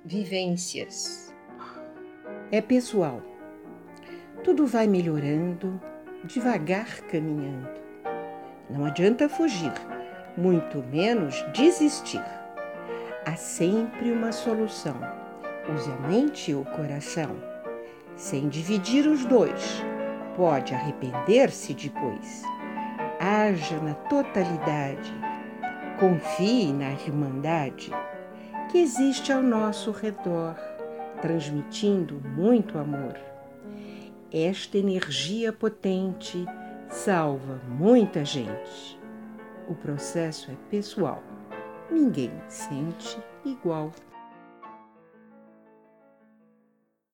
Vivências. É pessoal. Tudo vai melhorando, devagar caminhando. Não adianta fugir, muito menos desistir. Há sempre uma solução. Use a mente e o coração. Sem dividir os dois, pode arrepender-se depois. Haja na totalidade. Confie na irmandade que existe ao nosso redor, transmitindo muito amor. Esta energia potente salva muita gente. O processo é pessoal. Ninguém sente igual.